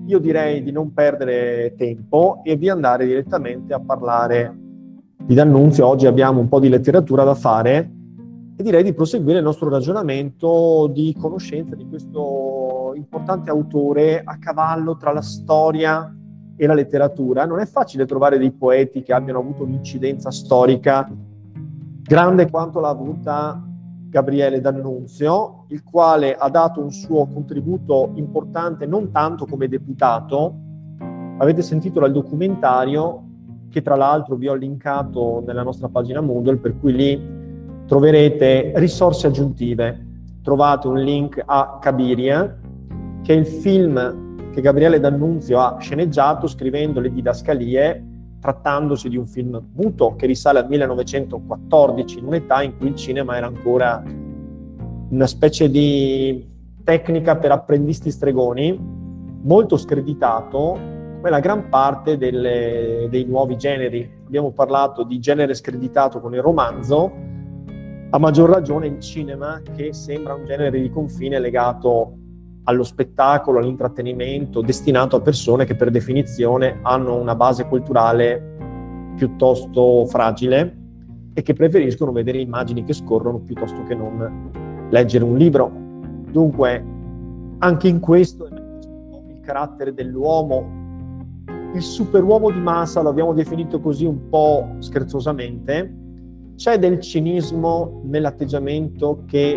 io direi di non perdere tempo e di andare direttamente a parlare di D'Annunzio. Oggi abbiamo un po' di letteratura da fare e direi di proseguire il nostro ragionamento di conoscenza di questo importante autore a cavallo tra la storia e la letteratura. Non è facile trovare dei poeti che abbiano avuto un'incidenza storica grande quanto l'ha avuta Gabriele D'Annunzio, il quale ha dato un suo contributo importante non tanto come deputato. Avete sentito dal documentario, che tra l'altro vi ho linkato nella nostra pagina Moodle, per cui lì troverete risorse aggiuntive. Trovate un link a Cabiria, che è il film che Gabriele D'Annunzio ha sceneggiato scrivendo le didascalie, trattandosi di un film muto che risale al 1914, in un'età in cui il cinema era ancora una specie di tecnica per apprendisti stregoni, molto screditato, come la gran parte dei nuovi generi. Abbiamo parlato di genere screditato con il romanzo, a maggior ragione il cinema, che sembra un genere di confine legato allo spettacolo, all'intrattenimento, destinato a persone che per definizione hanno una base culturale piuttosto fragile e che preferiscono vedere immagini che scorrono piuttosto che non leggere un libro. Dunque, anche in questo il carattere dell'uomo, il superuomo di massa, lo abbiamo definito così un po' scherzosamente. C'è del cinismo nell'atteggiamento che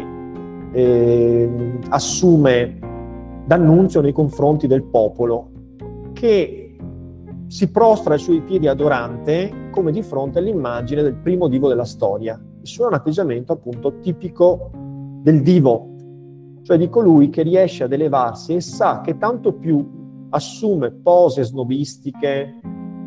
assume D'Annunzio nei confronti del popolo, che si prostra ai suoi piedi adorante come di fronte all'immagine del primo divo della storia. Il suo è un atteggiamento appunto tipico del divo, cioè di colui che riesce ad elevarsi e sa che tanto più assume pose snobistiche,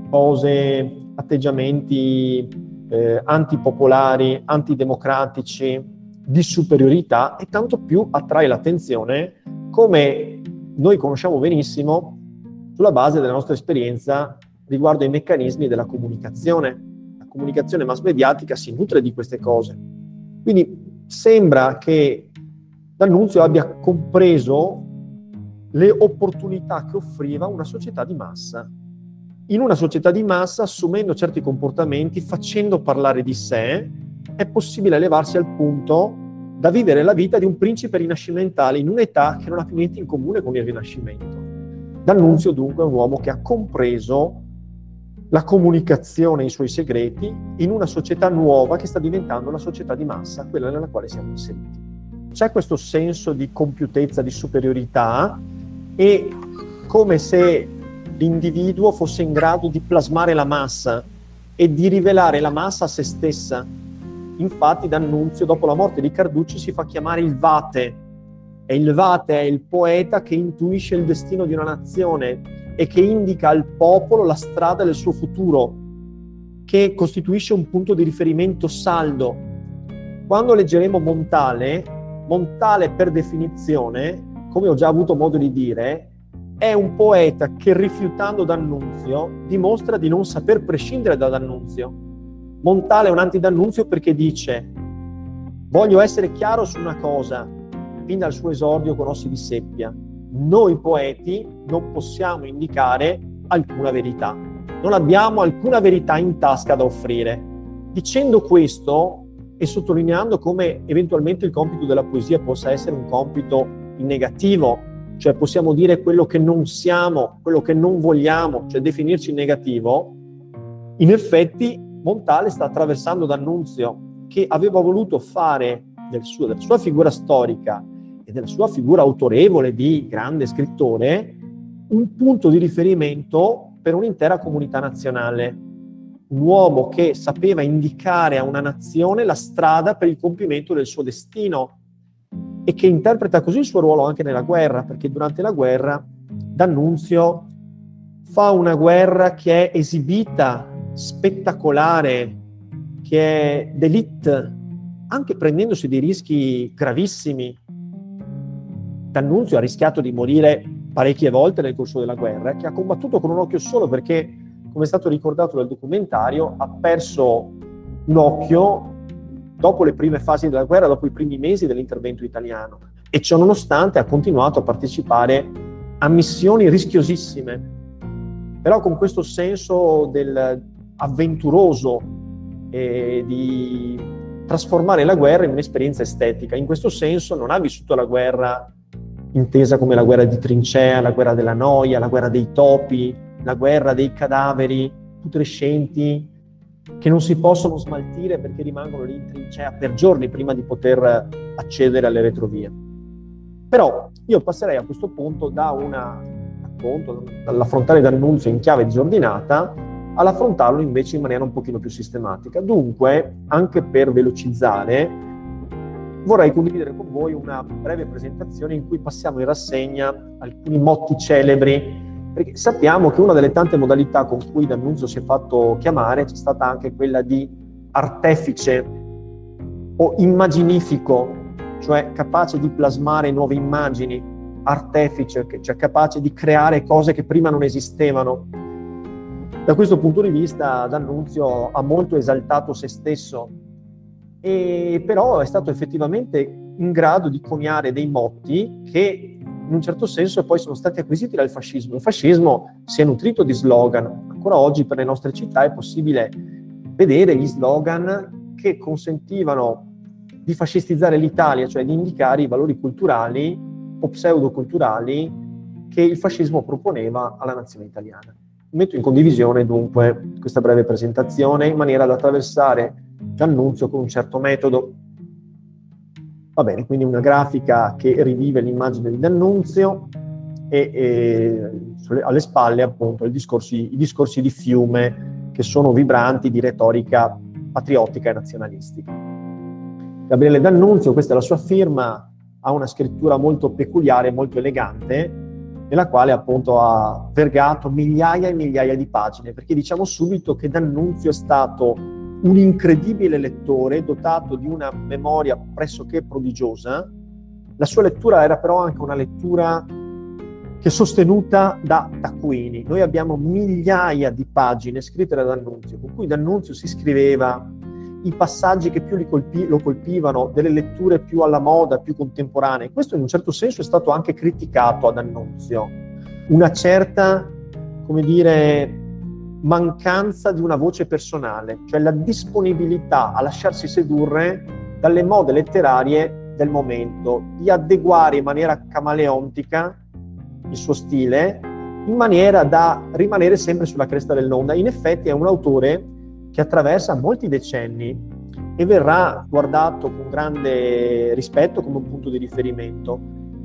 pose, atteggiamenti antipopolari, antidemocratici, di superiorità, e tanto più attrae l'attenzione, come noi conosciamo benissimo sulla base della nostra esperienza riguardo ai meccanismi della comunicazione. La comunicazione mass mediatica si nutre di queste cose. Quindi sembra che D'Annunzio abbia compreso le opportunità che offriva una società di massa. In una società di massa, assumendo certi comportamenti, facendo parlare di sé, è possibile elevarsi al punto da vivere la vita di un principe rinascimentale in un'età che non ha più niente in comune con il Rinascimento. D'Annunzio dunque è un uomo che ha compreso la comunicazione e i suoi segreti in una società nuova che sta diventando la società di massa, quella nella quale siamo inseriti. C'è questo senso di compiutezza, di superiorità, e come se l'individuo fosse in grado di plasmare la massa e di rivelare la massa a se stessa. Infatti D'Annunzio, dopo la morte di Carducci, si fa chiamare il Vate, e il Vate è il poeta che intuisce il destino di una nazione e che indica al popolo la strada del suo futuro, che costituisce un punto di riferimento saldo. Quando leggeremo Montale per definizione, come ho già avuto modo di dire, è un poeta che, rifiutando D'Annunzio, dimostra di non saper prescindere da D'Annunzio. Montale è un anti-D'Annunzio perché dice: voglio essere chiaro su una cosa, fin dal suo esordio con Ossi di Seppia: noi poeti non possiamo indicare alcuna verità, non abbiamo alcuna verità in tasca da offrire. Dicendo questo e sottolineando come eventualmente il compito della poesia possa essere un compito in negativo, cioè possiamo dire quello che non siamo, quello che non vogliamo, cioè definirci in negativo, in effetti Montale sta attraversando D'Annunzio, che aveva voluto fare della sua figura storica e della sua figura autorevole di grande scrittore un punto di riferimento per un'intera comunità nazionale. Un uomo che sapeva indicare a una nazione la strada per il compimento del suo destino e che interpreta così il suo ruolo anche nella guerra, perché durante la guerra D'Annunzio fa una guerra che è esibita, spettacolare, che è d'élite, anche prendendosi dei rischi gravissimi. D'Annunzio ha rischiato di morire parecchie volte nel corso della guerra, che ha combattuto con un occhio solo perché, come è stato ricordato dal documentario, ha perso un occhio dopo le prime fasi della guerra, dopo i primi mesi dell'intervento italiano, e ciò nonostante ha continuato a partecipare a missioni rischiosissime, però con questo senso del avventuroso e di trasformare la guerra in un'esperienza estetica. In questo senso non ha vissuto la guerra intesa come la guerra di trincea, la guerra della noia, la guerra dei topi, la guerra dei cadaveri putrescenti che non si possono smaltire perché rimangono lì in trincea per giorni prima di poter accedere alle retrovie. Però io passerei a questo punto dall'affrontare D'Annunzio in chiave disordinata all'affrontarlo invece in maniera un pochino più sistematica. Dunque, anche per velocizzare, vorrei condividere con voi una breve presentazione in cui passiamo in rassegna alcuni motti celebri, perché sappiamo che una delle tante modalità con cui D'Annunzio si è fatto chiamare c'è stata anche quella di artefice o immaginifico, cioè capace di plasmare nuove immagini, artefice, cioè capace di creare cose che prima non esistevano. Da questo punto di vista D'Annunzio ha molto esaltato se stesso, e però è stato effettivamente in grado di coniare dei motti che in un certo senso poi sono stati acquisiti dal fascismo. Il fascismo si è nutrito di slogan. Ancora oggi per le nostre città è possibile vedere gli slogan che consentivano di fascistizzare l'Italia, cioè di indicare i valori culturali o pseudoculturali che il fascismo proponeva alla nazione italiana. Metto in condivisione dunque questa breve presentazione in maniera da attraversare D'Annunzio con un certo metodo. Va bene, quindi una grafica che rivive l'immagine di D'Annunzio e alle spalle appunto i discorsi di Fiume che sono vibranti di retorica patriottica e nazionalistica. Gabriele D'Annunzio, questa è la sua firma, ha una scrittura molto peculiare, molto elegante, nella quale appunto ha vergato migliaia e migliaia di pagine, perché diciamo subito che D'Annunzio è stato un incredibile lettore, dotato di una memoria pressoché prodigiosa. La sua lettura era però anche una lettura che è sostenuta da taccuini. Noi abbiamo migliaia di pagine scritte da D'Annunzio, con cui D'Annunzio si scriveva i passaggi che più lo colpivano, delle letture più alla moda, più contemporanee. Questo in un certo senso è stato anche criticato a D'Annunzio, una certa, come dire, mancanza di una voce personale, cioè la disponibilità a lasciarsi sedurre dalle mode letterarie del momento, di adeguare in maniera camaleontica il suo stile in maniera da rimanere sempre sulla cresta dell'onda. In effetti è un autore che attraversa molti decenni e verrà guardato con grande rispetto come un punto di riferimento.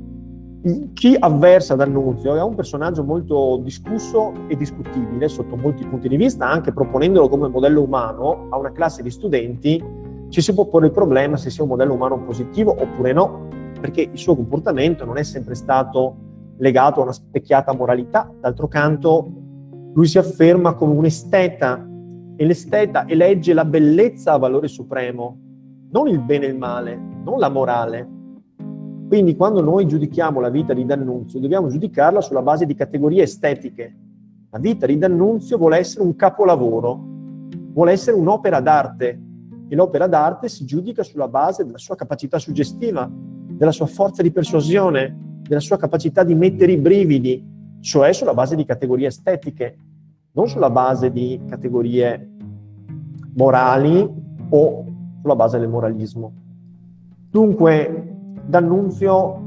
Chi avversa D'Annunzio è un personaggio molto discusso e discutibile sotto molti punti di vista, anche proponendolo come modello umano a una classe di studenti. Ci si può porre il problema se sia un modello umano positivo oppure no, perché il suo comportamento non è sempre stato legato a una specchiata moralità. D'altro canto lui si afferma come un esteta, e l'esteta elegge la bellezza a valore supremo, non il bene e il male, non la morale. Quindi quando noi giudichiamo la vita di D'Annunzio dobbiamo giudicarla sulla base di categorie estetiche. La vita di D'Annunzio vuole essere un capolavoro, vuole essere un'opera d'arte, e l'opera d'arte si giudica sulla base della sua capacità suggestiva, della sua forza di persuasione, della sua capacità di mettere i brividi, cioè sulla base di categorie estetiche, non sulla base di categorie morali o sulla base del moralismo. Dunque, D'Annunzio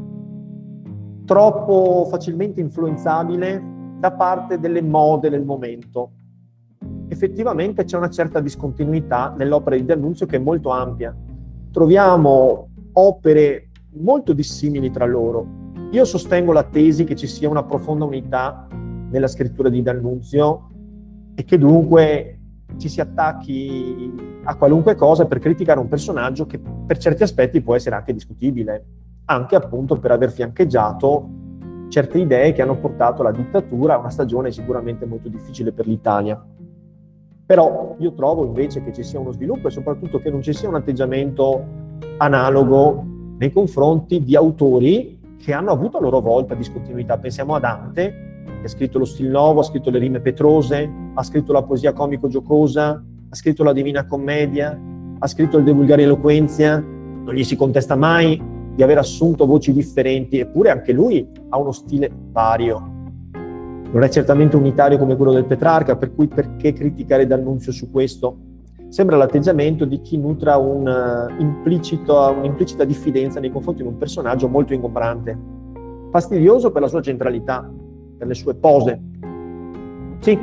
troppo facilmente influenzabile da parte delle mode del momento. Effettivamente c'è una certa discontinuità nell'opera di D'Annunzio che è molto ampia. Troviamo opere molto dissimili tra loro. Io sostengo la tesi che ci sia una profonda unità nella scrittura di D'Annunzio e che dunque ci si attacchi a qualunque cosa per criticare un personaggio che per certi aspetti può essere anche discutibile, anche appunto per aver fiancheggiato certe idee che hanno portato alla dittatura, a una stagione sicuramente molto difficile per l'Italia. Però io trovo invece che ci sia uno sviluppo e soprattutto che non ci sia un atteggiamento analogo nei confronti di autori che hanno avuto a loro volta discontinuità. Pensiamo a Dante, che ha scritto lo Stil Novo, ha scritto le rime petrose, ha scritto la poesia comico-giocosa, ha scritto la Divina Commedia, ha scritto il De Vulgari Eloquentia, non gli si contesta mai di aver assunto voci differenti, eppure anche lui ha uno stile vario. Non è certamente unitario come quello del Petrarca, per cui perché criticare D'Annunzio su questo? Sembra l'atteggiamento di chi nutra un'implicita diffidenza nei confronti di un personaggio molto ingombrante, fastidioso per la sua centralità, per le sue pose. Sì,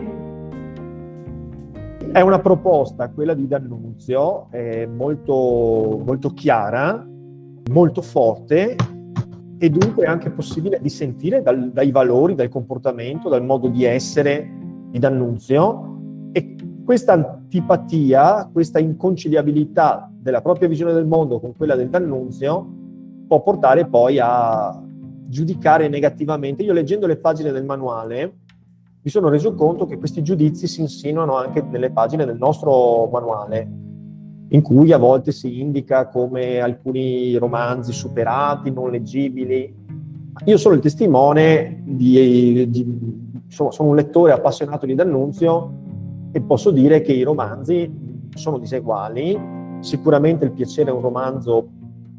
è una proposta, quella di D'Annunzio, molto, molto chiara, molto forte, e dunque è anche possibile dissentire dai valori, dal comportamento, dal modo di essere di D'Annunzio, e questa antipatia, questa inconciliabilità della propria visione del mondo con quella del D'Annunzio può portare poi a giudicare negativamente. Io, leggendo le pagine del manuale, mi sono reso conto che questi giudizi si insinuano anche nelle pagine del nostro manuale, in cui a volte si indica come alcuni romanzi superati, non leggibili. Io sono il testimone sono un lettore appassionato di D'Annunzio e posso dire che i romanzi sono diseguali. Sicuramente Il piacere è un romanzo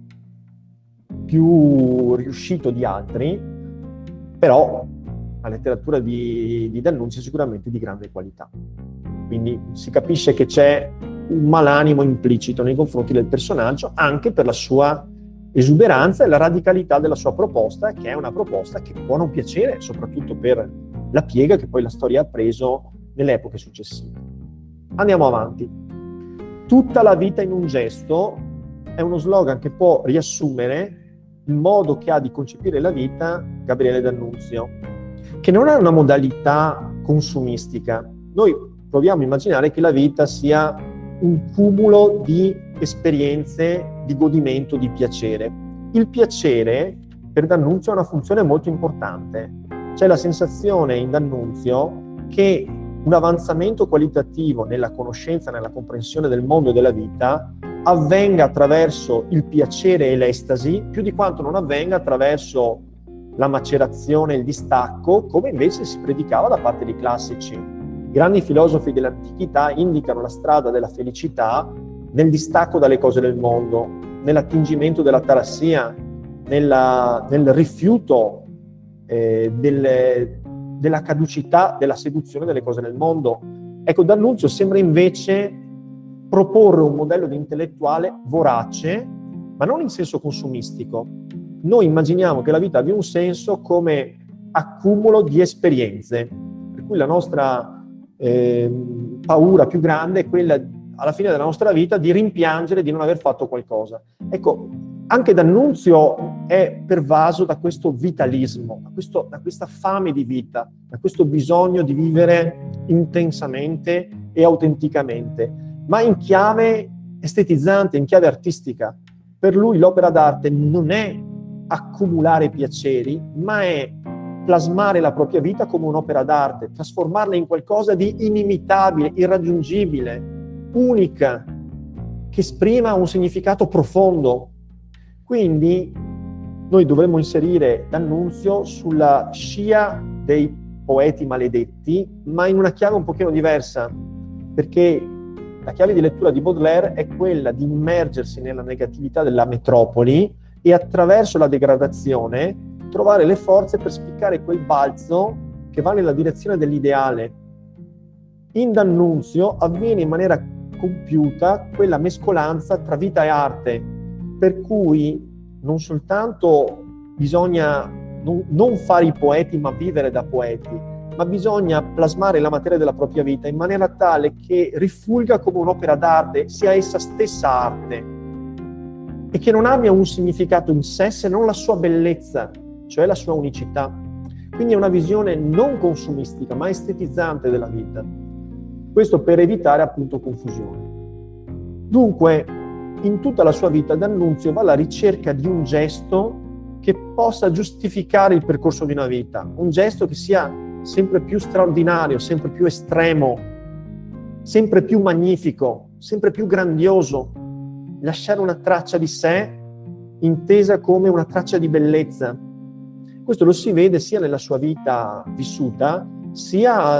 più riuscito di altri, però la letteratura di D'Annunzio è sicuramente di grande qualità. Quindi si capisce che c'è un malanimo implicito nei confronti del personaggio, anche per la sua esuberanza e la radicalità della sua proposta, che è una proposta che può non piacere, soprattutto per la piega che poi la storia ha preso nelle epoche successive. Andiamo avanti. Tutta la vita in un gesto è uno slogan che può riassumere il modo che ha di concepire la vita Gabriele D'Annunzio, che non è una modalità consumistica. Noi proviamo a immaginare che la vita sia un cumulo di esperienze, di godimento, di piacere. Il piacere per D'Annunzio ha una funzione molto importante. C'è la sensazione in D'Annunzio che un avanzamento qualitativo nella conoscenza, nella comprensione del mondo e della vita avvenga attraverso il piacere e l'estasi, più di quanto non avvenga attraverso la macerazione e il distacco, come invece si predicava da parte dei classici. I grandi filosofi dell'antichità indicano la strada della felicità nel distacco dalle cose del mondo, nell'attingimento della tarassia, nel rifiuto della caducità, della seduzione delle cose del mondo. Ecco, D'Annunzio sembra invece proporre un modello di intellettuale vorace, ma non in senso consumistico. Noi immaginiamo che la vita abbia un senso come accumulo di esperienze, per cui la nostra paura più grande è quella, alla fine della nostra vita, di rimpiangere di non aver fatto qualcosa. Ecco, anche D'Annunzio è pervaso da questo vitalismo, da questa fame di vita, da questo bisogno di vivere intensamente e autenticamente, ma in chiave estetizzante, in chiave artistica. Per lui l'opera d'arte non è accumulare piaceri, ma è plasmare la propria vita come un'opera d'arte, trasformarla in qualcosa di inimitabile, irraggiungibile, unica, che esprima un significato profondo. Quindi noi dovremmo inserire D'Annunzio sulla scia dei poeti maledetti, ma in una chiave un pochino diversa, perché la chiave di lettura di Baudelaire è quella di immergersi nella negatività della metropoli e attraverso la degradazione trovare le forze per spiccare quel balzo che va nella direzione dell'ideale. In D'Annunzio avviene in maniera compiuta quella mescolanza tra vita e arte, per cui non soltanto bisogna non fare i poeti ma vivere da poeti, ma bisogna plasmare la materia della propria vita in maniera tale che rifulga come un'opera d'arte, sia essa stessa arte, e che non abbia un significato in sé se non la sua bellezza, cioè la sua unicità. Quindi è una visione non consumistica, ma estetizzante della vita. Questo per evitare appunto confusione. Dunque, in tutta la sua vita D'Annunzio va alla ricerca di un gesto che possa giustificare il percorso di una vita, un gesto che sia sempre più straordinario, sempre più estremo, sempre più magnifico, sempre più grandioso, lasciare una traccia di sé intesa come una traccia di bellezza. Questo lo si vede sia nella sua vita vissuta, sia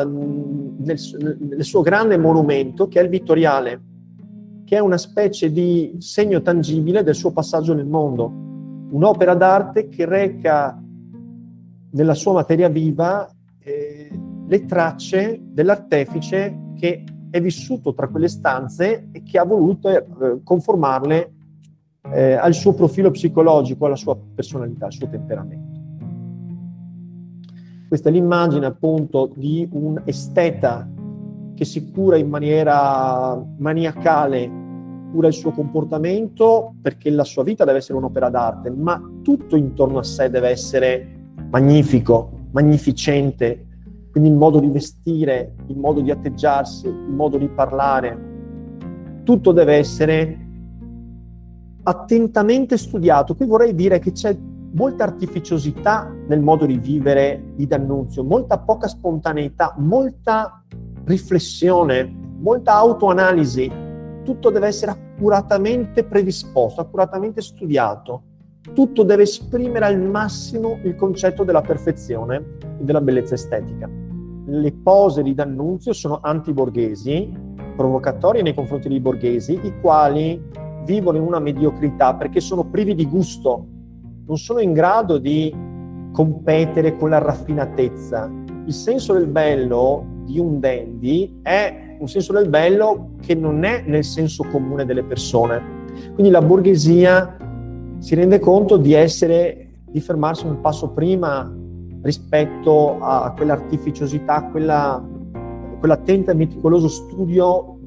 nel suo grande monumento che è il Vittoriale, che è una specie di segno tangibile del suo passaggio nel mondo. un'opera d'arte che reca nella sua materia viva le tracce dell'artefice che è vissuto tra quelle stanze e che ha voluto conformarle al suo profilo psicologico, alla sua personalità, al suo temperamento. Questa è l'immagine appunto di un esteta che si cura in maniera maniacale, cura il suo comportamento perché la sua vita deve essere un'opera d'arte, ma tutto intorno a sé deve essere magnifico, magnificente, quindi il modo di vestire, il modo di atteggiarsi, il modo di parlare, tutto deve essere attentamente studiato. Qui vorrei dire che c'è molta artificiosità nel modo di vivere di D'Annunzio, molta poca spontaneità, molta riflessione, molta autoanalisi. Tutto deve essere accuratamente predisposto, accuratamente studiato. Tutto deve esprimere al massimo il concetto della perfezione e della bellezza estetica. Le pose di D'Annunzio sono antiborghesi, provocatorie nei confronti dei borghesi, i quali vivono in una mediocrità perché sono privi di gusto, non sono in grado di competere con la raffinatezza. Il senso del bello di un dandy è un senso del bello che non è nel senso comune delle persone. Quindi la borghesia si rende conto di fermarsi un passo prima rispetto a quell'artificiosità, quell'attento e meticoloso studio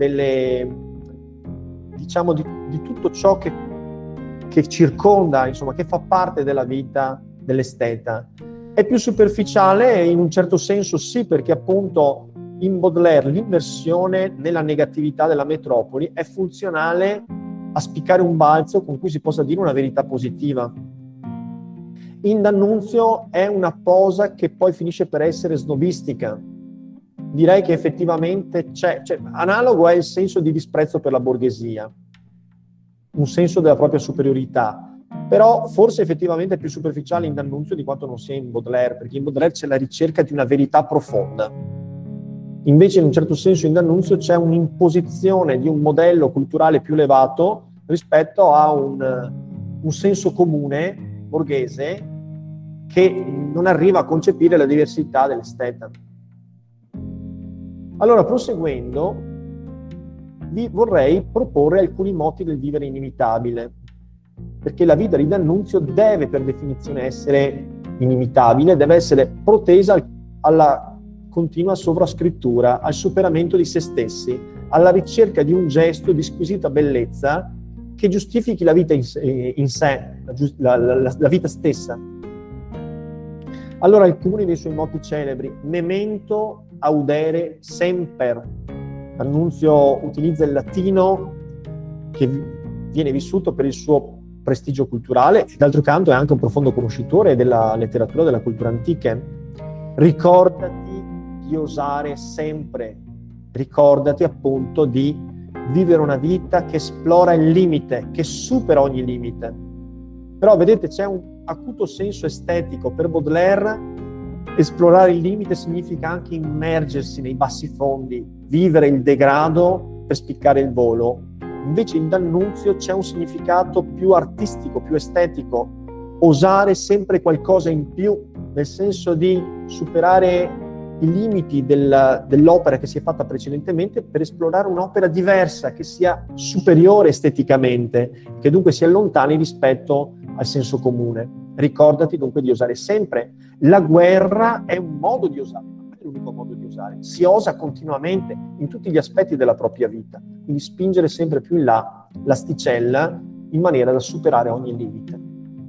di tutto ciò che circonda, insomma, che fa parte della vita dell'esteta. È più superficiale in un certo senso, sì, perché appunto in Baudelaire l'immersione nella negatività della metropoli è funzionale a spiccare un balzo con cui si possa dire una verità positiva. In D'Annunzio è una posa che poi finisce per essere snobistica. Direi che effettivamente analogo è il senso di disprezzo per la borghesia, un senso della propria superiorità, però forse effettivamente è più superficiale in D'Annunzio di quanto non sia in Baudelaire, perché in Baudelaire c'è la ricerca di una verità profonda. Invece in un certo senso in D'Annunzio c'è un'imposizione di un modello culturale più elevato rispetto a un senso comune borghese che non arriva a concepire la diversità dell'esteta. Allora, proseguendo, vi vorrei proporre alcuni moti del vivere inimitabile, perché la vita di D'Annunzio deve per definizione essere inimitabile, deve essere protesa alla continua sovrascrittura, al superamento di se stessi, alla ricerca di un gesto di squisita bellezza che giustifichi la vita in sé, la vita stessa. Allora, alcuni dei suoi moti celebri: memento audere semper. D'Annunzio utilizza il latino che viene vissuto per il suo prestigio culturale e d'altro canto è anche un profondo conoscitore della letteratura della cultura antica. Ricordati di osare sempre, ricordati appunto di vivere una vita che esplora il limite, che supera ogni limite. Però vedete, c'è un acuto senso estetico. Per Baudelaire esplorare il limite significa anche immergersi nei bassi fondi, vivere il degrado per spiccare il volo. Invece in D'Annunzio c'è un significato più artistico, più estetico, osare sempre qualcosa in più, nel senso di superare i limiti dell'opera che si è fatta precedentemente per esplorare un'opera diversa, che sia superiore esteticamente, che dunque si allontani rispetto al senso comune. Ricordati dunque di osare sempre. La guerra è un modo di osare, non è l'unico modo di osare. Si osa continuamente in tutti gli aspetti della propria vita, quindi spingere sempre più in là l'asticella in maniera da superare ogni limite.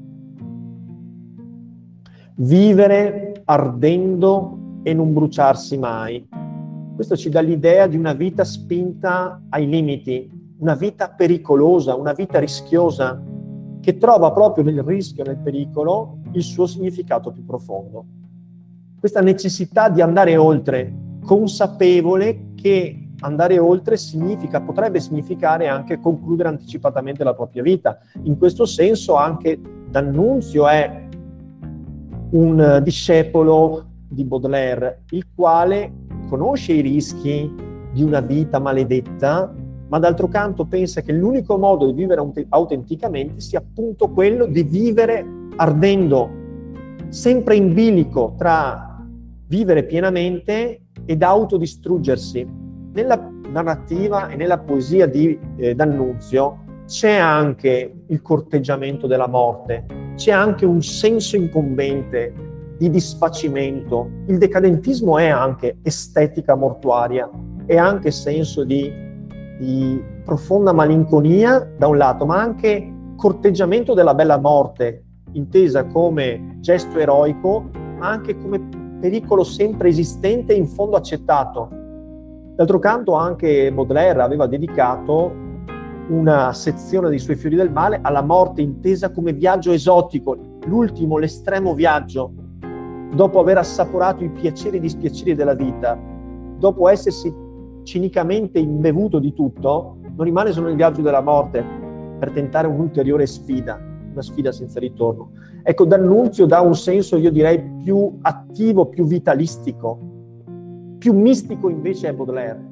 Vivere ardendo e non bruciarsi mai. Questo ci dà l'idea di una vita spinta ai limiti, una vita pericolosa, una vita rischiosa, che trova proprio nel rischio, nel pericolo, il suo significato più profondo. Questa necessità di andare oltre, consapevole che andare oltre potrebbe significare anche concludere anticipatamente la propria vita. In questo senso anche D'Annunzio è un discepolo di Baudelaire, il quale conosce i rischi di una vita maledetta, ma d'altro canto pensa che l'unico modo di vivere autenticamente sia appunto quello di vivere ardendo sempre in bilico tra vivere pienamente ed autodistruggersi. Nella narrativa e nella poesia di D'Annunzio c'è anche il corteggiamento della morte, c'è anche un senso incombente di disfacimento. Il decadentismo è anche estetica mortuaria, è anche senso di profonda malinconia da un lato, ma anche corteggiamento della bella morte, intesa come gesto eroico, ma anche come pericolo sempre esistente e in fondo accettato. D'altro canto anche Baudelaire aveva dedicato una sezione dei suoi Fiori del male alla morte intesa come viaggio esotico, l'ultimo, l'estremo viaggio. Dopo aver assaporato i piaceri e i dispiaceri della vita, dopo essersi cinicamente imbevuto di tutto, non rimane solo il viaggio della morte per tentare un'ulteriore sfida, una sfida senza ritorno. Ecco, D'Annunzio dà un senso, io direi, più attivo, più vitalistico, più mistico invece è Baudelaire.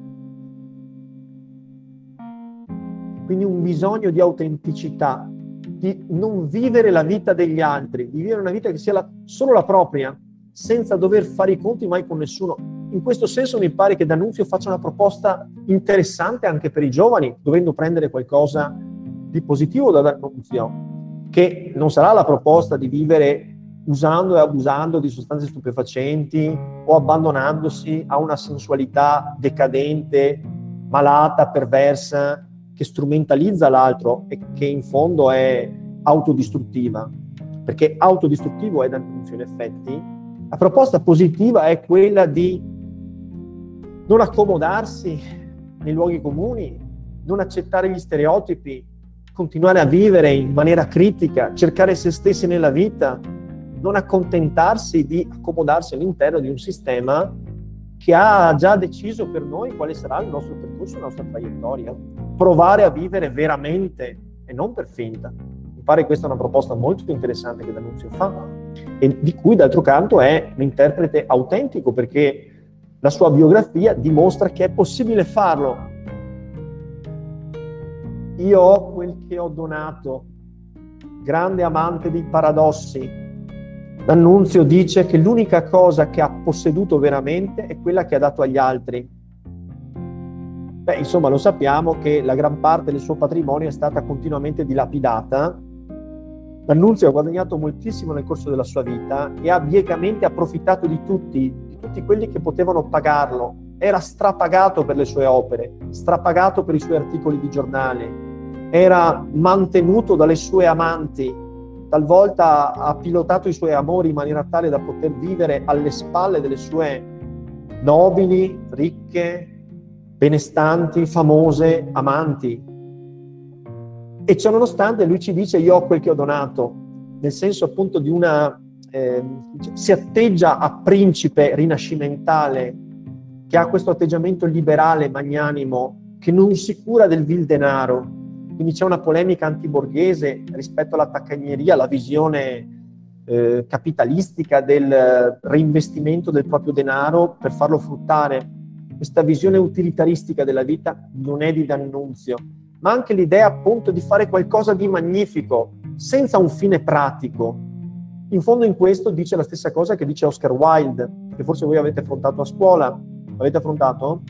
Quindi un bisogno di autenticità, di non vivere la vita degli altri, di vivere una vita che sia solo la propria, senza dover fare i conti mai con nessuno. In questo senso mi pare che D'Annunzio faccia una proposta interessante anche per i giovani, dovendo prendere qualcosa di positivo da D'Annunzio, che non sarà la proposta di vivere usando e abusando di sostanze stupefacenti o abbandonandosi a una sensualità decadente, malata, perversa, che strumentalizza l'altro e che in fondo è autodistruttiva, perché autodistruttivo è D'Annunzio in effetti. La proposta positiva è quella di non accomodarsi nei luoghi comuni, non accettare gli stereotipi, continuare a vivere in maniera critica, cercare se stessi nella vita, non accontentarsi di accomodarsi all'interno di un sistema che ha già deciso per noi quale sarà il nostro percorso, la nostra traiettoria. Provare a vivere veramente e non per finta. Mi pare questa è una proposta molto interessante che D'Annunzio fa e di cui d'altro canto è un interprete autentico, perché la sua biografia dimostra che è possibile farlo. Io ho quel che ho donato, grande amante dei paradossi. D'Annunzio dice che l'unica cosa che ha posseduto veramente è quella che ha dato agli altri. Beh, insomma, lo sappiamo che la gran parte del suo patrimonio è stata continuamente dilapidata. D'Annunzio ha guadagnato moltissimo nel corso della sua vita e ha biecamente approfittato di tutti quelli che potevano pagarlo. Era strapagato per le sue opere, strapagato per i suoi articoli di giornale, era mantenuto dalle sue amanti, talvolta ha pilotato i suoi amori in maniera tale da poter vivere alle spalle delle sue nobili, ricche, benestanti, famose amanti. E ciononostante lui ci dice: io ho quel che ho donato, nel senso appunto di una si atteggia a principe rinascimentale, che ha questo atteggiamento liberale, magnanimo, che non si cura del vil denaro. Quindi c'è una polemica antiborghese rispetto alla taccagneria, alla visione capitalistica del reinvestimento del proprio denaro per farlo fruttare. Questa visione utilitaristica della vita non è di D'Annunzio, ma anche l'idea appunto di fare qualcosa di magnifico, senza un fine pratico. In fondo in questo dice la stessa cosa che dice Oscar Wilde, che forse voi avete affrontato a scuola. L'avete affrontato?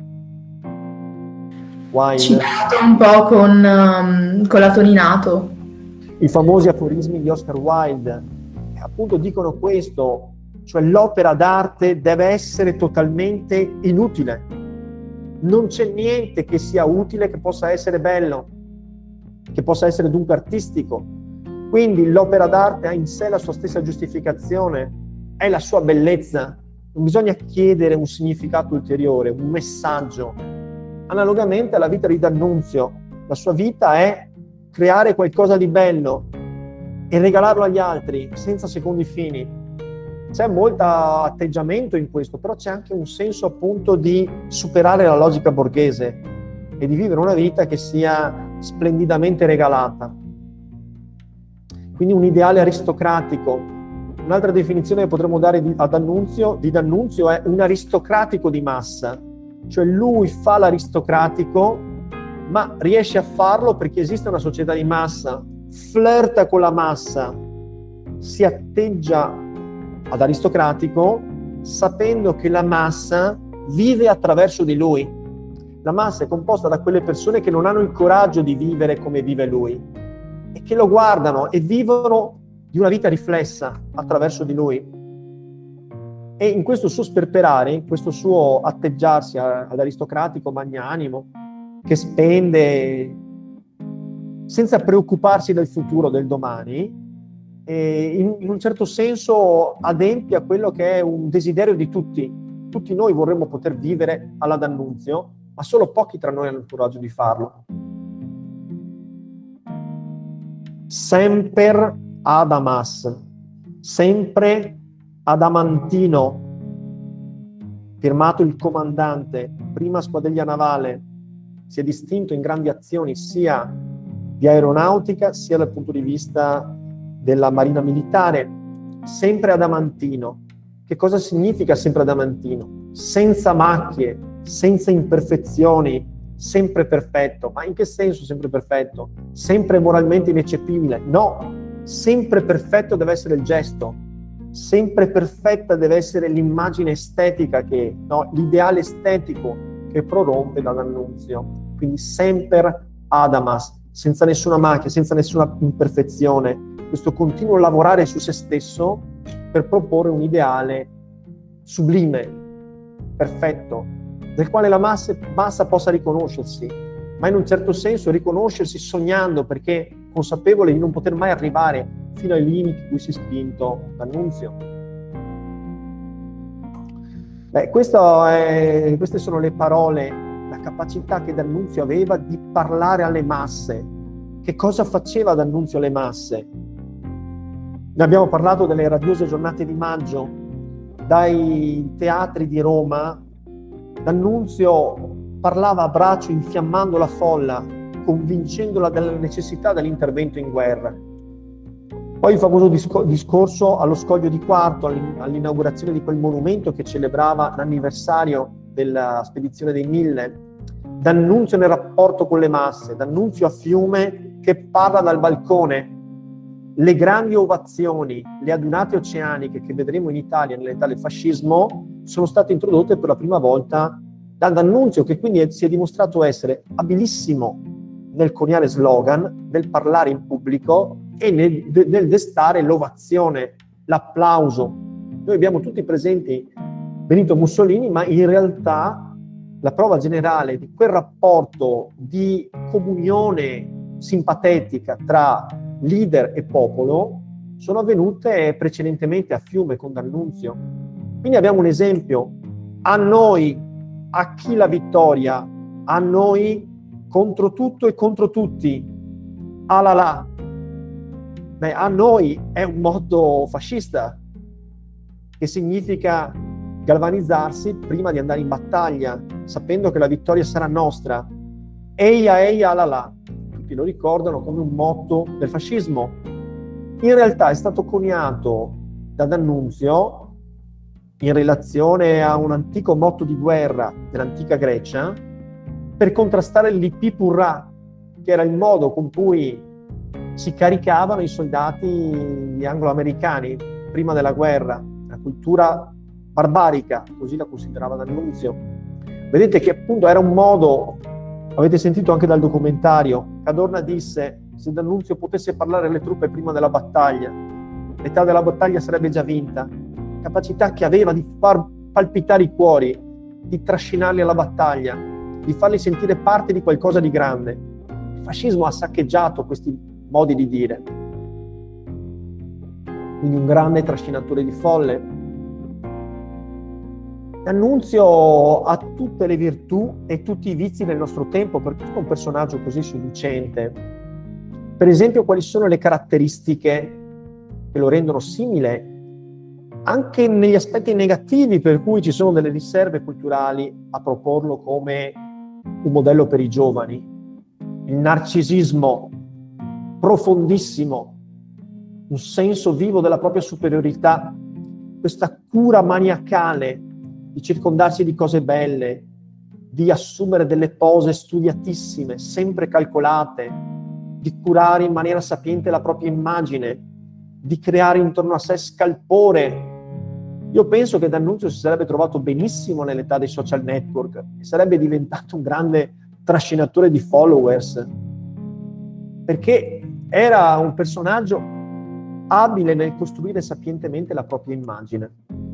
Wilde. Citato un po' con la Toninato. I famosi aforismi di Oscar Wilde appunto dicono questo, cioè l'opera d'arte deve essere totalmente inutile. Non c'è niente che sia utile, che possa essere bello, che possa essere dunque artistico. Quindi l'opera d'arte ha in sé la sua stessa giustificazione, è la sua bellezza. Non bisogna chiedere un significato ulteriore, un messaggio. Analogamente alla vita di D'Annunzio, la sua vita è creare qualcosa di bello e regalarlo agli altri senza secondi fini. C'è molto atteggiamento in questo, però c'è anche un senso appunto di superare la logica borghese e di vivere una vita che sia splendidamente regalata. Quindi un ideale aristocratico. Un'altra definizione che potremmo dare di D'Annunzio è un aristocratico di massa, cioè lui fa l'aristocratico ma riesce a farlo perché esiste una società di massa, flirta con la massa, si atteggia ad aristocratico sapendo che la massa vive attraverso di lui. La massa è composta da quelle persone che non hanno il coraggio di vivere come vive lui e che lo guardano e vivono di una vita riflessa attraverso di lui. E in questo suo sperperare, in questo suo atteggiarsi ad aristocratico magnanimo, che spende senza preoccuparsi del futuro, del domani, in un certo senso adempie a quello che è un desiderio di tutti. Tutti noi vorremmo poter vivere alla D'Annunzio, ma solo pochi tra noi hanno il coraggio di farlo. Semper Adamas, sempre adamantino, firmato il comandante, prima squadriglia navale, si è distinto in grandi azioni sia di aeronautica sia dal punto di vista della marina militare, sempre adamantino. Che cosa significa sempre adamantino? Senza macchie, senza imperfezioni, sempre perfetto. Ma in che senso sempre perfetto? Sempre moralmente ineccepibile? No, sempre perfetto deve essere il gesto, sempre perfetta deve essere l'immagine estetica, l'ideale estetico che prorompe da D'Annunzio. Quindi sempre Adamas, senza nessuna macchia, senza nessuna imperfezione, questo continuo lavorare su se stesso per proporre un ideale sublime, perfetto, del quale la massa possa riconoscersi, ma in un certo senso riconoscersi sognando, perché consapevole di non poter mai arrivare fino ai limiti cui si è spinto D'Annunzio. Queste sono le parole, la capacità che D'Annunzio aveva di parlare alle masse. Che cosa faceva D'Annunzio alle masse? Ne abbiamo parlato delle radiose giornate di maggio, dai teatri di Roma. D'Annunzio parlava a braccio infiammando la folla, convincendola della necessità dell'intervento in guerra. Poi il famoso discorso allo Scoglio di Quarto, all'inaugurazione di quel monumento che celebrava l'anniversario della spedizione dei 1000. D'Annunzio nel rapporto con le masse, D'Annunzio a Fiume che parla dal balcone. Le grandi ovazioni, le adunate oceaniche che vedremo in Italia nell'età del fascismo sono state introdotte per la prima volta da D'Annunzio, che quindi si è dimostrato essere abilissimo nel coniare slogan, nel parlare in pubblico e nel destare l'ovazione, l'applauso. Noi abbiamo tutti presenti Benito Mussolini, ma in realtà la prova generale di quel rapporto di comunione simpatetica tra leader e popolo sono avvenute precedentemente a Fiume con D'Annunzio. Quindi abbiamo un esempio: a noi, a chi la vittoria, a noi contro tutto e contro tutti, alala. A noi è un motto fascista che significa galvanizzarsi prima di andare in battaglia, sapendo che la vittoria sarà nostra. Eia, eia, alala. Tutti lo ricordano come un motto del fascismo. In realtà è stato coniato da D'Annunzio in relazione a un antico motto di guerra dell'antica Grecia per contrastare l'Ipipurra, che era il modo con cui si caricavano i soldati anglo-americani prima della guerra, la cultura barbarica, così la considerava D'Annunzio. Vedete che appunto era un modo, avete sentito anche dal documentario, Cadorna disse: se D'Annunzio potesse parlare alle truppe prima della battaglia, l'età della battaglia sarebbe già vinta. Capacità che aveva di far palpitare i cuori, di trascinarli alla battaglia, di farli sentire parte di qualcosa di grande. Il fascismo ha saccheggiato questi modi di dire. Quindi un grande trascinatore di folle. D'Annunzio ha tutte le virtù e tutti i vizi del nostro tempo, perché è un personaggio così seducente. Per esempio, quali sono le caratteristiche che lo rendono simile anche negli aspetti negativi, per cui ci sono delle riserve culturali a proporlo come un modello per i giovani? Il narcisismo profondissimo, un senso vivo della propria superiorità, questa cura maniacale di circondarsi di cose belle, di assumere delle pose studiatissime, sempre calcolate, di curare in maniera sapiente la propria immagine, di creare intorno a sé scalpore. Io penso che D'Annunzio si sarebbe trovato benissimo nell'età dei social network e sarebbe diventato un grande trascinatore di followers, perché era un personaggio abile nel costruire sapientemente la propria immagine.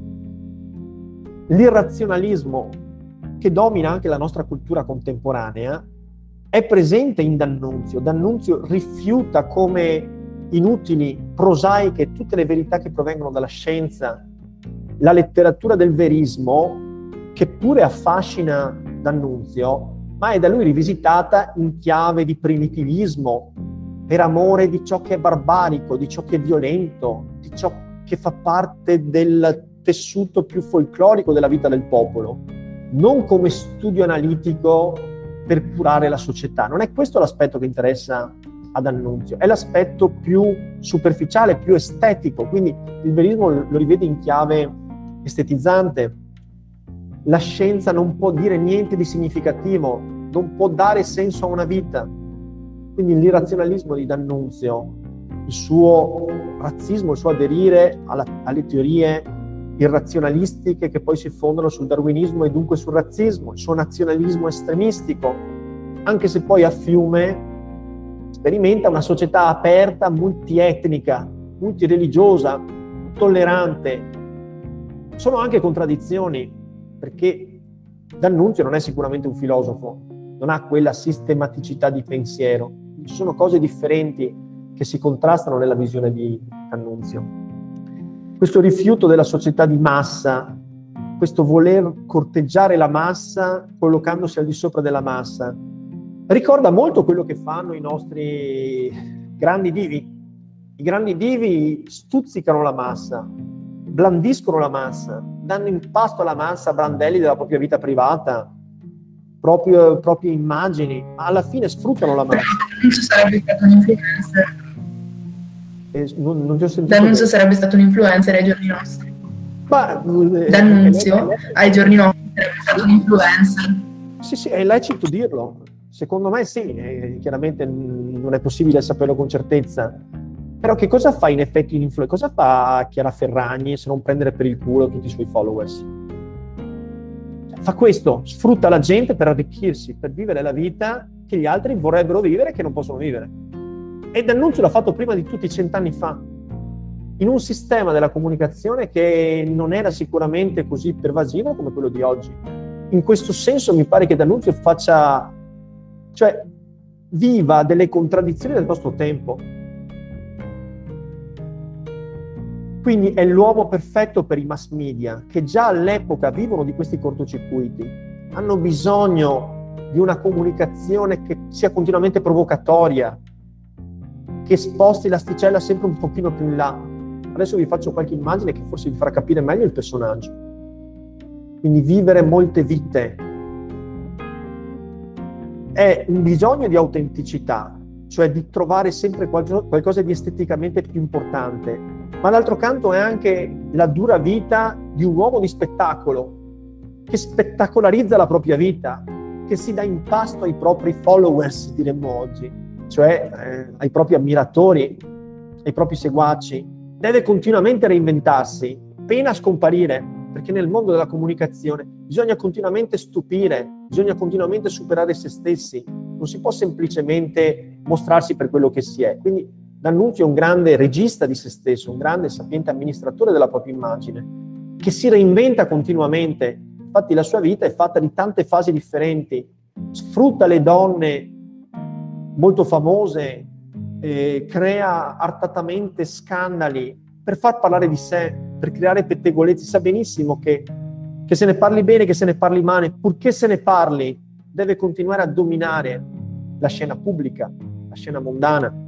L'irrazionalismo che domina anche la nostra cultura contemporanea è presente in D'Annunzio. D'Annunzio rifiuta come inutili, prosaiche, tutte le verità che provengono dalla scienza, la letteratura del verismo, che pure affascina D'Annunzio, ma è da lui rivisitata in chiave di primitivismo, per amore di ciò che è barbarico, di ciò che è violento, di ciò che fa parte del tessuto più folclorico della vita del popolo, non come studio analitico per curare la società. Non è questo l'aspetto che interessa ad D'Annunzio, è l'aspetto più superficiale, più estetico, quindi il verismo lo rivede in chiave estetizzante. La scienza non può dire niente di significativo, non può dare senso a una vita. Quindi l'irrazionalismo di D'Annunzio, il suo razzismo, il suo aderire alle teorie irrazionalistiche che poi si fondano sul darwinismo e dunque sul razzismo, il suo nazionalismo estremistico, anche se poi a fiume sperimenta una società aperta, multietnica, multireligiosa, tollerante. Sono anche contraddizioni, perché D'Annunzio non è sicuramente un filosofo, non ha quella sistematicità di pensiero. Ci sono cose differenti che si contrastano nella visione di D'Annunzio. Questo rifiuto della società di massa, questo voler corteggiare la massa collocandosi al di sopra della massa, ricorda molto quello che fanno i nostri grandi divi. I grandi divi stuzzicano la massa, blandiscono la massa, danno in pasto alla massa brandelli della propria vita privata, proprie immagini, ma alla fine sfruttano la massa. D'Annunzio sarebbe stato un influencer. Non ti ho sentito. D'Annunzio sarebbe stato un influencer ai giorni nostri. D'Annunzio ai giorni nostri sarebbe stato un influencer. Sì, è lecito dirlo. Secondo me sì, chiaramente non è possibile saperlo con certezza. Però che cosa fa in effetti un influencer? Cosa fa Chiara Ferragni se non prendere per il culo tutti i suoi followers? Fa questo, sfrutta la gente per arricchirsi, per vivere la vita che gli altri vorrebbero vivere e che non possono vivere. E D'Annunzio l'ha fatto prima di tutti 100 anni fa, in un sistema della comunicazione che non era sicuramente così pervasivo come quello di oggi. In questo senso mi pare che D'Annunzio viva delle contraddizioni del nostro tempo. Quindi è l'uomo perfetto per i mass media, che già all'epoca vivono di questi cortocircuiti, hanno bisogno di una comunicazione che sia continuamente provocatoria, che sposti l'asticella sempre un pochino più in là. Adesso vi faccio qualche immagine che forse vi farà capire meglio il personaggio. Quindi vivere molte vite è un bisogno di autenticità, cioè di trovare sempre qualcosa di esteticamente più importante, ma d'altro canto è anche la dura vita di un uomo di spettacolo, che spettacolarizza la propria vita, che si dà in pasto ai propri followers, diremmo oggi, cioè ai propri ammiratori, ai propri seguaci. Deve continuamente reinventarsi, pena scomparire, perché nel mondo della comunicazione bisogna continuamente stupire, bisogna continuamente superare se stessi, non si può semplicemente mostrarsi per quello che si è. Quindi D'Annunzio è un grande regista di se stesso, un grande sapiente amministratore della propria immagine, che si reinventa continuamente. Infatti la sua vita è fatta di tante fasi differenti, sfrutta le donne molto famose, crea artatamente scandali per far parlare di sé, per creare pettegolezzi. Sa benissimo che se ne parli bene, che se ne parli male, purché se ne parli, deve continuare a dominare la scena pubblica, la scena mondana.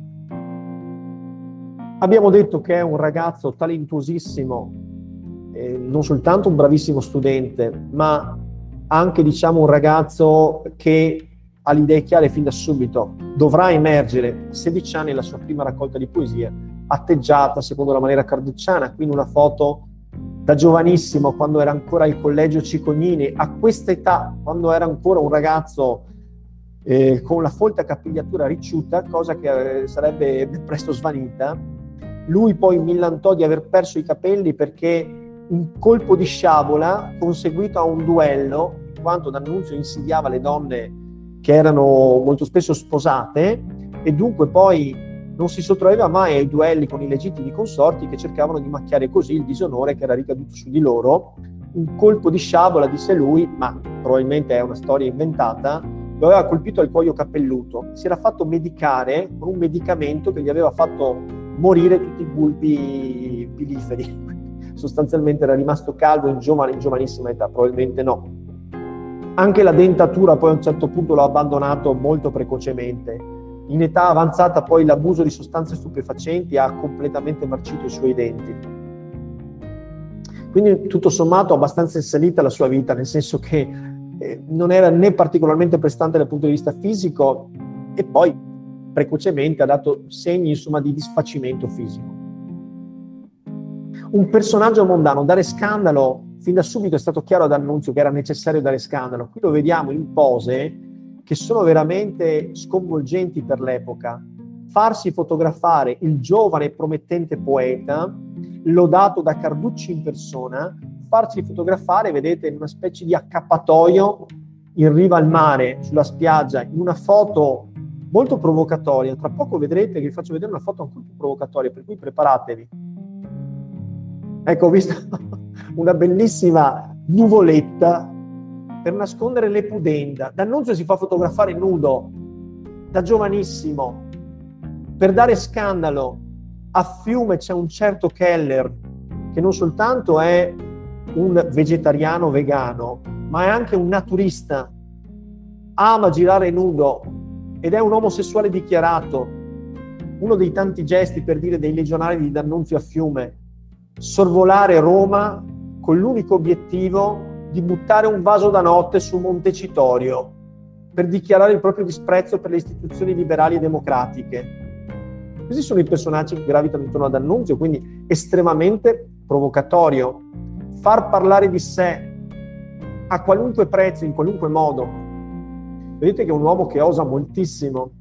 Abbiamo detto che è un ragazzo talentuosissimo, non soltanto un bravissimo studente, ma anche, diciamo, un ragazzo che ha le idee chiare fin da subito. Dovrà emergere a 16 anni la sua prima raccolta di poesie, atteggiata secondo la maniera carducciana, quindi una foto da giovanissimo, quando era ancora al collegio Cicognini, a questa età, quando era ancora un ragazzo con la folta capigliatura ricciuta, cosa che sarebbe ben presto svanita, lui poi millantò di aver perso i capelli perché un colpo di sciabola conseguito a un duello, in quanto D'Annunzio insidiava le donne che erano molto spesso sposate, e dunque poi non si sottraeva mai ai duelli con i legittimi consorti che cercavano di macchiare così il disonore che era ricaduto su di loro. Un colpo di sciabola, disse lui, ma probabilmente è una storia inventata, lo aveva colpito al cuoio capelluto, si era fatto medicare con un medicamento che gli aveva fatto morire tutti i bulbi piliferi. Sostanzialmente era rimasto calvo in giovanissima età, probabilmente no. Anche la dentatura poi a un certo punto l'ha abbandonato molto precocemente. In età avanzata poi l'abuso di sostanze stupefacenti ha completamente marcito i suoi denti. Quindi tutto sommato abbastanza insalita la sua vita, nel senso che non era né particolarmente prestante dal punto di vista fisico e poi precocemente ha dato segni, insomma, di disfacimento fisico. Un personaggio mondano, dare scandalo, fin da subito è stato chiaro ad D'Annunzio che era necessario dare scandalo. Qui lo vediamo in pose che sono veramente sconvolgenti per l'epoca. Farsi fotografare il giovane e promettente poeta, lodato da Carducci in persona, farsi fotografare, vedete, in una specie di accappatoio in riva al mare, sulla spiaggia, in una foto molto provocatoria. Tra poco vedrete che vi faccio vedere una foto ancora più provocatoria, per cui preparatevi. Ecco, ho visto una bellissima nuvoletta per nascondere le pudenda. D'Annunzio si fa fotografare nudo da giovanissimo per dare scandalo. A Fiume c'è un certo Keller che non soltanto è un vegetariano vegano, ma è anche un naturista, ama girare nudo ed è un omosessuale dichiarato. Uno dei tanti gesti, per dire, dei legionari di D'Annunzio a Fiume: sorvolare Roma con l'unico obiettivo di buttare un vaso da notte su Montecitorio per dichiarare il proprio disprezzo per le istituzioni liberali e democratiche. Questi sono i personaggi che gravitano intorno ad D'Annunzio, quindi estremamente provocatorio. Far parlare di sé a qualunque prezzo, in qualunque modo. Vedete che è un uomo che osa moltissimo.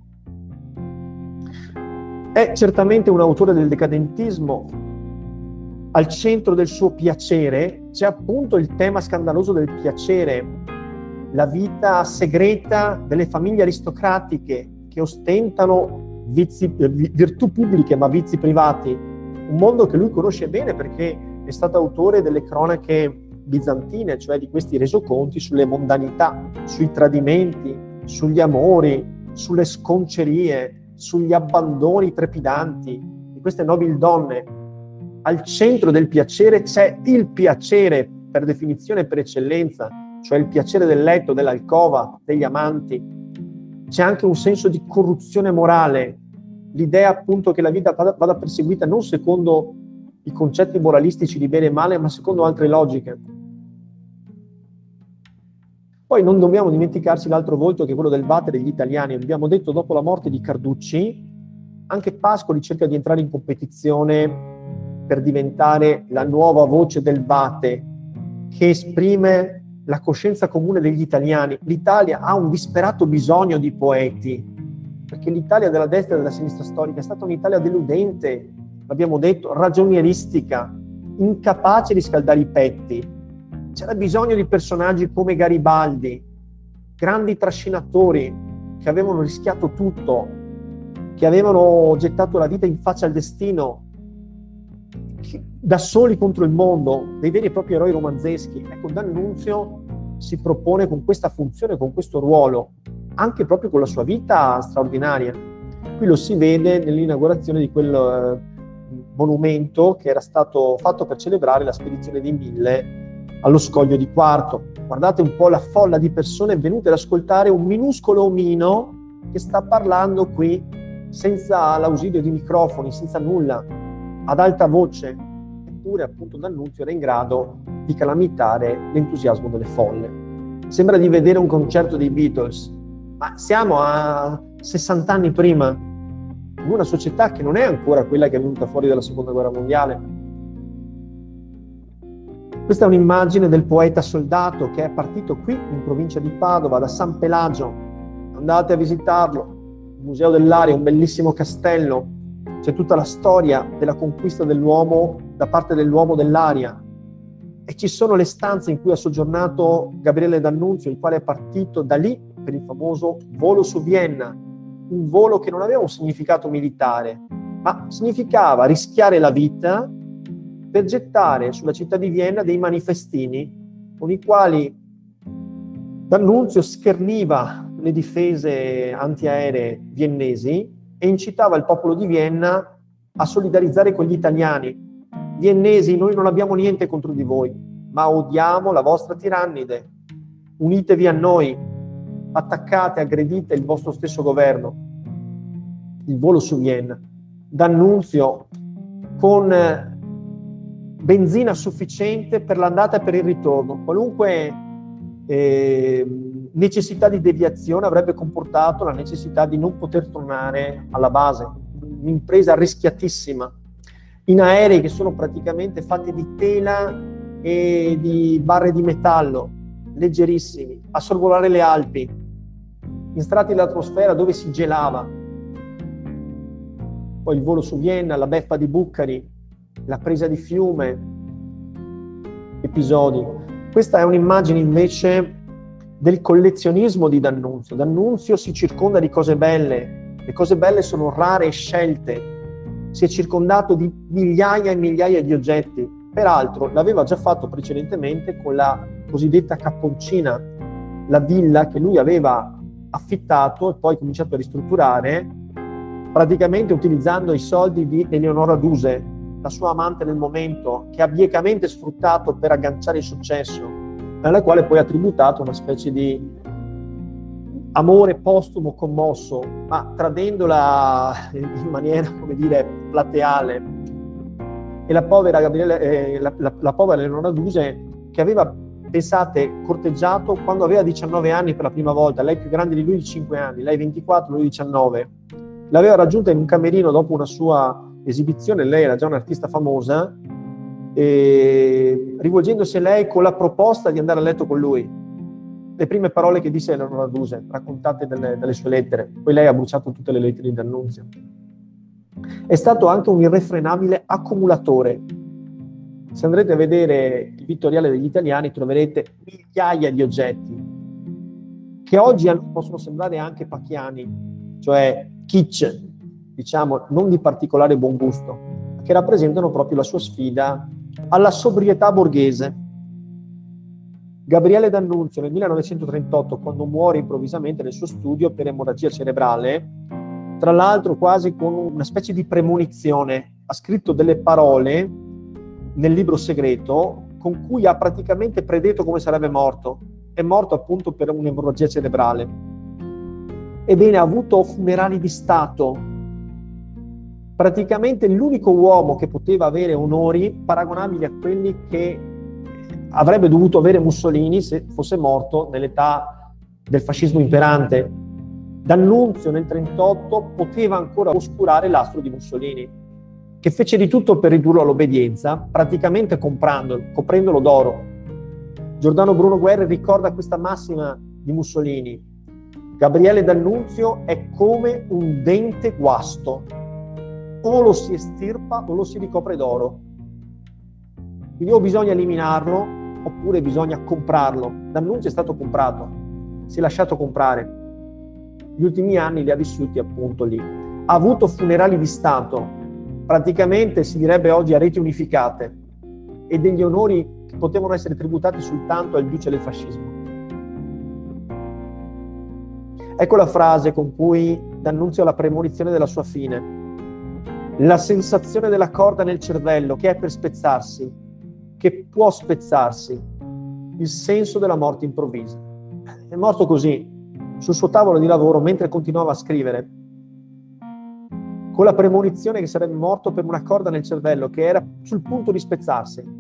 È certamente un autore del decadentismo. Al centro del suo piacere c'è appunto il tema scandaloso del piacere, la vita segreta delle famiglie aristocratiche che ostentano virtù pubbliche ma vizi privati. Un mondo che lui conosce bene perché è stato autore delle cronache bizantine, cioè di questi resoconti sulle mondanità, sui tradimenti, sugli amori, sulle sconcerie, sugli abbandoni trepidanti di queste nobili donne. Al centro del piacere c'è il piacere per definizione e per eccellenza, cioè il piacere del letto, dell'alcova, degli amanti. C'è anche un senso di corruzione morale, l'idea appunto che la vita vada perseguita non secondo i concetti moralistici di bene e male, ma secondo altre logiche. Poi non dobbiamo dimenticarci l'altro volto, che è quello del Vate degli italiani. Abbiamo detto, dopo la morte di Carducci, anche Pascoli cerca di entrare in competizione per diventare la nuova voce del Vate, che esprime la coscienza comune degli italiani. L'Italia ha un disperato bisogno di poeti, perché l'Italia della destra e della sinistra storica è stata un'Italia deludente, l'abbiamo detto, ragionieristica, incapace di scaldare i petti. C'era bisogno di personaggi come Garibaldi, grandi trascinatori che avevano rischiato tutto, che avevano gettato la vita in faccia al destino, da soli contro il mondo, dei veri e propri eroi romanzeschi. Ecco, D'Annunzio si propone con questa funzione, con questo ruolo, anche proprio con la sua vita straordinaria. Qui lo si vede nell'inaugurazione di quel monumento che era stato fatto per celebrare la spedizione di Mille allo Scoglio di Quarto. Guardate un po' la folla di persone venute ad ascoltare un minuscolo omino che sta parlando qui senza l'ausilio di microfoni, senza nulla, ad alta voce. Eppure appunto D'Annunzio era in grado di calamitare l'entusiasmo delle folle. Sembra di vedere un concerto dei Beatles, ma siamo a 60 anni prima, in una società che non è ancora quella che è venuta fuori dalla Seconda Guerra Mondiale. Questa è un'immagine del poeta soldato che è partito qui in provincia di Padova, da San Pelagio. Andate a visitarlo, il Museo dell'Aria, un bellissimo castello. C'è tutta la storia della conquista dell'uomo da parte dell'uomo dell'aria. E ci sono le stanze in cui ha soggiornato Gabriele D'Annunzio, il quale è partito da lì per il famoso volo su Vienna. Un volo che non aveva un significato militare, ma significava rischiare la vita per gettare sulla città di Vienna dei manifestini con i quali D'Annunzio scherniva le difese antiaeree viennesi e incitava il popolo di Vienna a solidarizzare con gli italiani. Viennesi, noi non abbiamo niente contro di voi, ma odiamo la vostra tirannide. Unitevi a noi, attaccate, aggredite il vostro stesso governo. Il volo su Vienna. D'Annunzio con benzina sufficiente per l'andata e per il ritorno. Qualunque necessità di deviazione avrebbe comportato la necessità di non poter tornare alla base. Un'impresa rischiatissima, in aerei che sono praticamente fatti di tela e di barre di metallo, leggerissimi, a sorvolare le Alpi, in strati dell'atmosfera dove si gelava. Poi il volo su Vienna, la beffa di Bucari, la presa di Fiume, episodi. Questa è un'immagine invece del collezionismo di D'Annunzio. D'Annunzio si circonda di cose belle, le cose belle sono rare e scelte, si è circondato di migliaia e migliaia di oggetti. Peraltro l'aveva già fatto precedentemente con la cosiddetta Capponcina, la villa che lui aveva affittato e poi cominciato a ristrutturare, praticamente utilizzando i soldi di Eleonora Duse, la sua amante nel momento, che ha biecamente sfruttato per agganciare il successo, alla quale poi ha tributato una specie di amore postumo commosso, ma tradendola in maniera, come dire, plateale. E la povera la povera Eleonora Duse, che aveva, pensate, corteggiato quando aveva 19 anni per la prima volta, lei più grande di lui di 5 anni, lei 24, lui 19, l'aveva raggiunta in un camerino dopo una sua esibizione, lei era già un'artista famosa, e rivolgendosi a lei con la proposta di andare a letto con lui. Le prime parole che disse Eleonora Duse, raccontate dalle sue lettere, poi lei ha bruciato tutte le lettere di D'Annunzio. È stato anche un irrefrenabile accumulatore. Se andrete a vedere il Vittoriale degli Italiani troverete migliaia di oggetti che oggi possono sembrare anche pacchiani, cioè kitsch, diciamo, non di particolare buon gusto, che rappresentano proprio la sua sfida alla sobrietà borghese. Gabriele D'Annunzio nel 1938, quando muore improvvisamente nel suo studio per emorragia cerebrale, tra l'altro quasi con una specie di premonizione, ha scritto delle parole nel libro segreto con cui ha praticamente predetto come sarebbe morto. È morto appunto per un'emorragia cerebrale. Ebbene, ha avuto funerali di Stato. Praticamente l'unico uomo che poteva avere onori paragonabili a quelli che avrebbe dovuto avere Mussolini se fosse morto nell'età del fascismo imperante. D'Annunzio nel 1938 poteva ancora oscurare l'astro di Mussolini, che fece di tutto per ridurlo all'obbedienza, praticamente coprendolo d'oro. Giordano Bruno Guerra ricorda questa massima di Mussolini: Gabriele D'Annunzio è come un dente guasto, o lo si estirpa o lo si ricopre d'oro. Quindi o bisogna eliminarlo oppure bisogna comprarlo. D'Annunzio è stato comprato, si è lasciato comprare. Gli ultimi anni li ha vissuti appunto lì. Ha avuto funerali di Stato, praticamente si direbbe oggi a reti unificate, e degli onori che potevano essere tributati soltanto al duce del fascismo. Ecco la frase con cui D'Annunzio ha la premonizione della sua fine. La sensazione della corda nel cervello che è per spezzarsi, che può spezzarsi, il senso della morte improvvisa. È morto così, sul suo tavolo di lavoro, mentre continuava a scrivere, con la premonizione che sarebbe morto per una corda nel cervello che era sul punto di spezzarsi.